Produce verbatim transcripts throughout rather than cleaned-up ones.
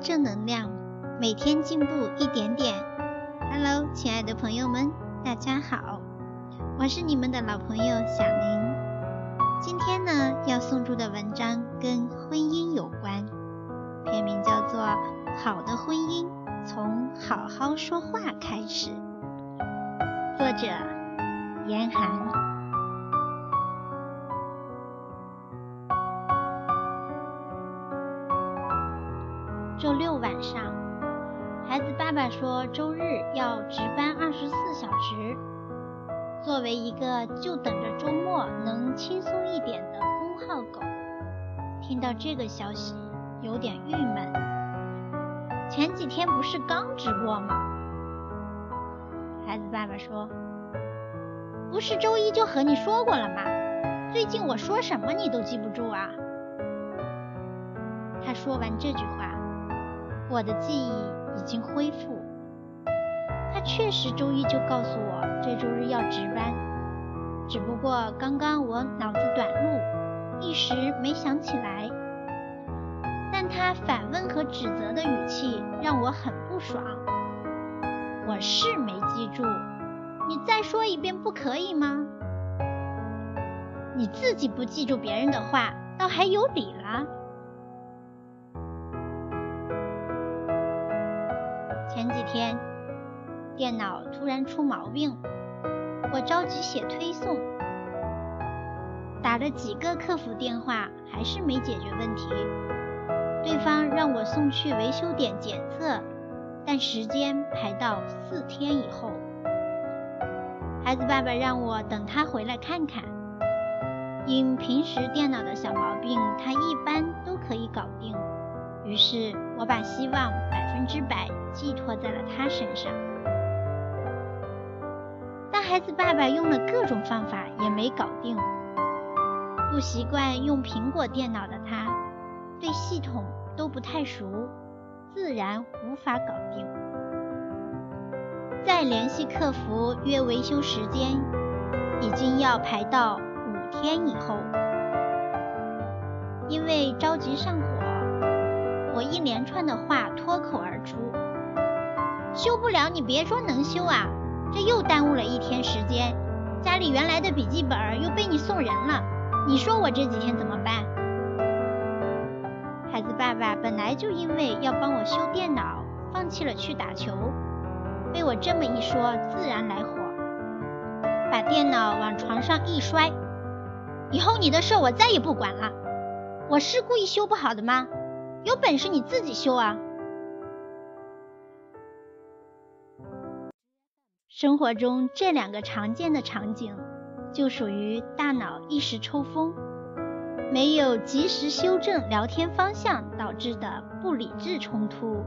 正能量，每天进步一点点。Hello， 亲爱的朋友们，大家好，我是你们的老朋友小林。今天呢，要送出的文章跟婚姻有关，篇名叫做《好的婚姻从好好说话开始》，作者严寒。周六晚上，孩子爸爸说周日要值班二十四小时。作为一个就等着周末能轻松一点的公号狗，听到这个消息有点郁闷。前几天不是刚直播吗？孩子爸爸说，不是周一就和你说过了吗？最近我说什么你都记不住啊。他说完这句话，我的记忆已经恢复。他确实周一就告诉我这周日要值班，只不过刚刚我脑子短路，一时没想起来。但他反问和指责的语气让我很不爽。我是没记住，你再说一遍不可以吗？你自己不记住别人的话，倒还有理了。前几天电脑突然出毛病，我着急写推送，打了几个客服电话还是没解决问题。对方让我送去维修点检测，但时间排到四天以后。孩子爸爸让我等他回来看看，因平时电脑的小毛病他一般都可以搞定，于是我把希望百分之百寄托在了他身上。但孩子爸爸用了各种方法也没搞定。不习惯用苹果电脑的他，对系统都不太熟，自然无法搞定。再联系客服约维修时间，已经要排到五天以后。因为着急上火，我一连串的话脱口而出，修不了你别说能修啊，这又耽误了一天时间，家里原来的笔记本又被你送人了，你说我这几天怎么办？孩子爸爸本来就因为要帮我修电脑，放弃了去打球，被我这么一说自然来火，把电脑往床上一摔，以后你的事我再也不管了，我是故意修不好的吗？有本事你自己修啊。生活中这两个常见的场景就属于大脑一时抽风，没有及时修正聊天方向导致的不理智冲突。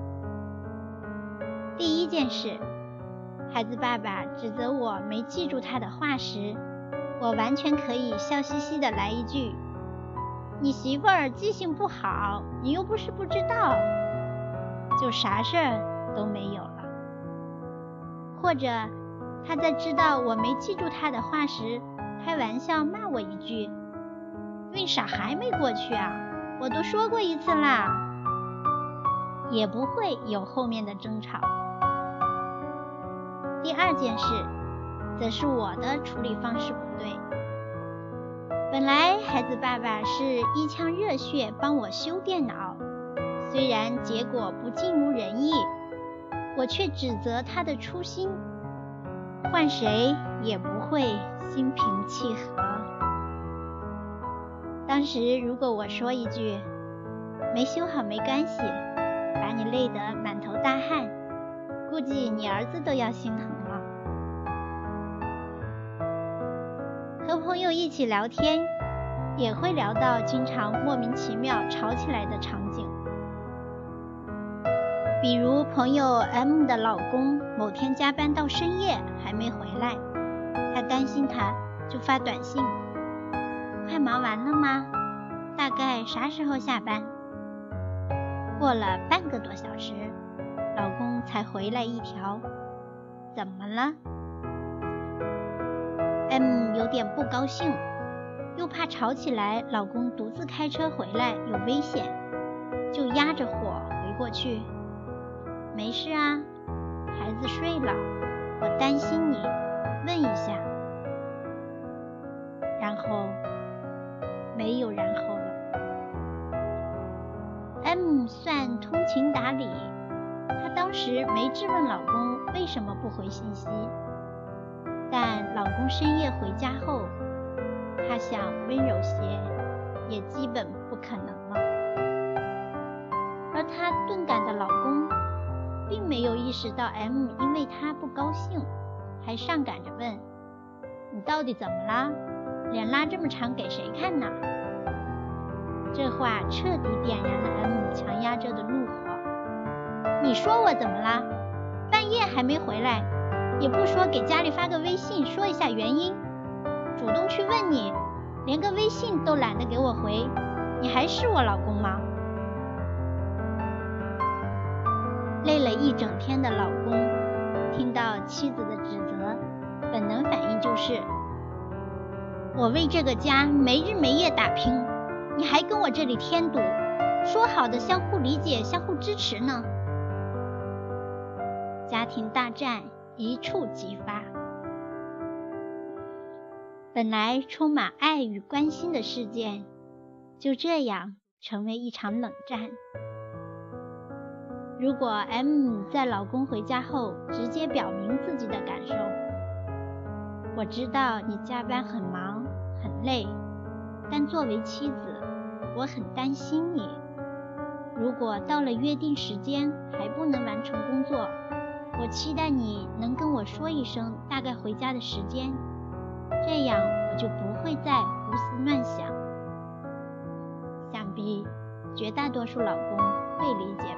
第一件事，孩子爸爸指责我没记住他的话时，我完全可以笑嘻嘻的来一句，你媳妇儿记性不好，你又不是不知道，就啥事儿都没有了。或者他在知道我没记住他的话时，开玩笑骂我一句，运傻还没过去啊，我都说过一次啦，也不会有后面的争吵。第二件事，则是我的处理方式不对。本来孩子爸爸是一腔热血帮我修电脑，虽然结果不尽如人意，我却指责他的初心，换谁也不会心平气和。当时如果我说一句没修好没关系，把你累得满头大汗，估计你儿子都要心疼了。和朋友一起聊天，也会聊到经常莫名其妙吵起来的场景。比如朋友 M 的老公某天加班到深夜还没回来，他担心他，就发短信，快忙完了吗？大概啥时候下班？过了半个多小时，老公才回来一条，怎么了？ M 有点不高兴，又怕吵起来老公独自开车回来有危险，就压着火回过过去。没事啊，孩子睡了，我担心你，问一下。然后没有然后了。M 算通情达理，她当时没质问老公为什么不回信息，但老公深夜回家后，她想温柔些，也基本不可能了。而她钝感的老公并没有意识到 M 因为她不高兴，还上赶着问：你到底怎么啦？脸拉这么长给谁看呢？这话彻底点燃了 M 强压着的怒火。你说我怎么啦？半夜还没回来，也不说给家里发个微信说一下原因，主动去问你，连个微信都懒得给我回，你还是我老公吗？累了一整天的老公听到妻子的指责，本能反应就是我为这个家没日没夜打拼，你还跟我这里添堵，说好的相互理解相互支持呢？家庭大战一触即发，本来充满爱与关心的事件，就这样成为一场冷战。如果 M 在老公回家后直接表明自己的感受，我知道你加班很忙很累，但作为妻子，我很担心你。如果到了约定时间还不能完成工作，我期待你能跟我说一声大概回家的时间，这样我就不会再胡思乱想。想必绝大多数老公会理解吧。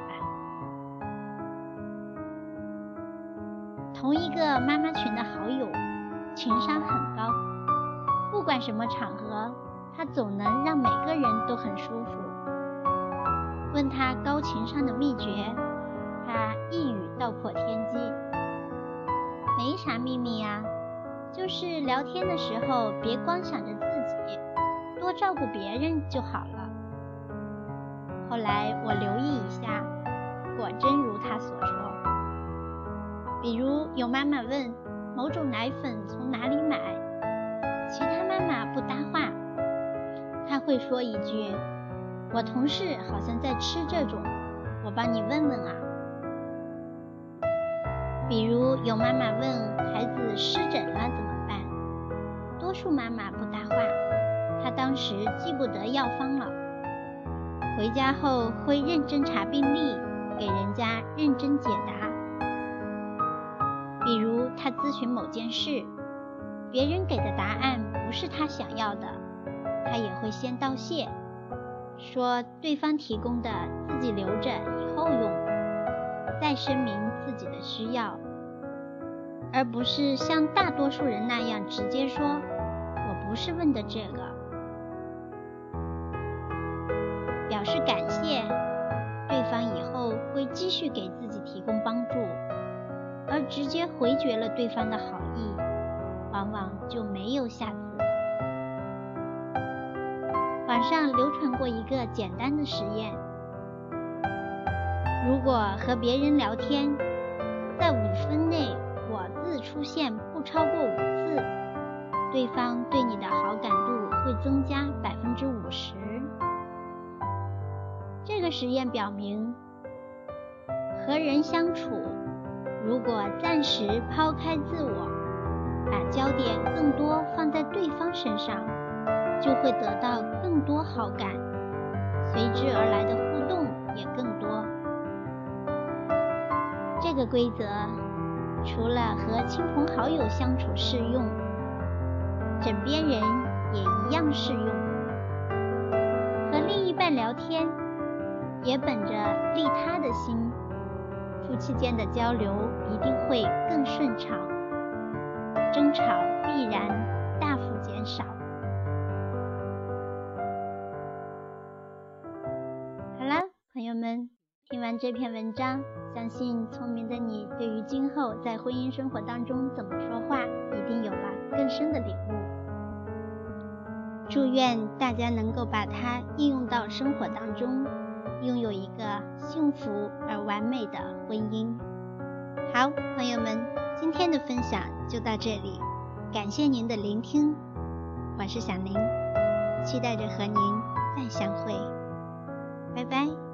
同一个妈妈群的好友，情商很高，不管什么场合，他总能让每个人都很舒服。问他高情商的秘诀，他一语道破天机。没啥秘密啊，就是聊天的时候别光想着自己，多照顾别人就好了。后来我留意一下，果真如他所说。比如有妈妈问某种奶粉从哪里买，其他妈妈不搭话，她会说一句：我同事好像在吃这种，我帮你问问啊。比如有妈妈问孩子湿疹了怎么办，多数妈妈不搭话，她当时记不得药方了，回家后会认真查病历，给人家认真解答。比如他咨询某件事，别人给的答案不是他想要的，他也会先道谢，说对方提供的自己留着以后用，再声明自己的需要，而不是像大多数人那样直接说我不是问的这个。表示感谢，对方以后会继续给自己提供帮助，而直接回绝了对方的好意，往往就没有下次。网上流传过一个简单的实验，如果和别人聊天，在五分内我字出现不超过五次，对方对你的好感度会增加百分之五十。这个实验表明，和人相处，如果暂时抛开自我，把焦点更多放在对方身上，就会得到更多好感，随之而来的互动也更多。这个规则除了和亲朋好友相处适用，枕边人也一样适用。和另一半聊天，也本着利他的心，夫妻间的交流一定会更顺畅，争吵必然大幅减少。好了，朋友们，听完这篇文章，相信聪明的你对于今后在婚姻生活当中怎么说话，一定有了更深的领悟。祝愿大家能够把它应用到生活当中， 拥有一个幸福而完美的婚姻。好，朋友们，今天的分享就到这里，感谢您的聆听，我是小林，期待着和您再相会，拜拜。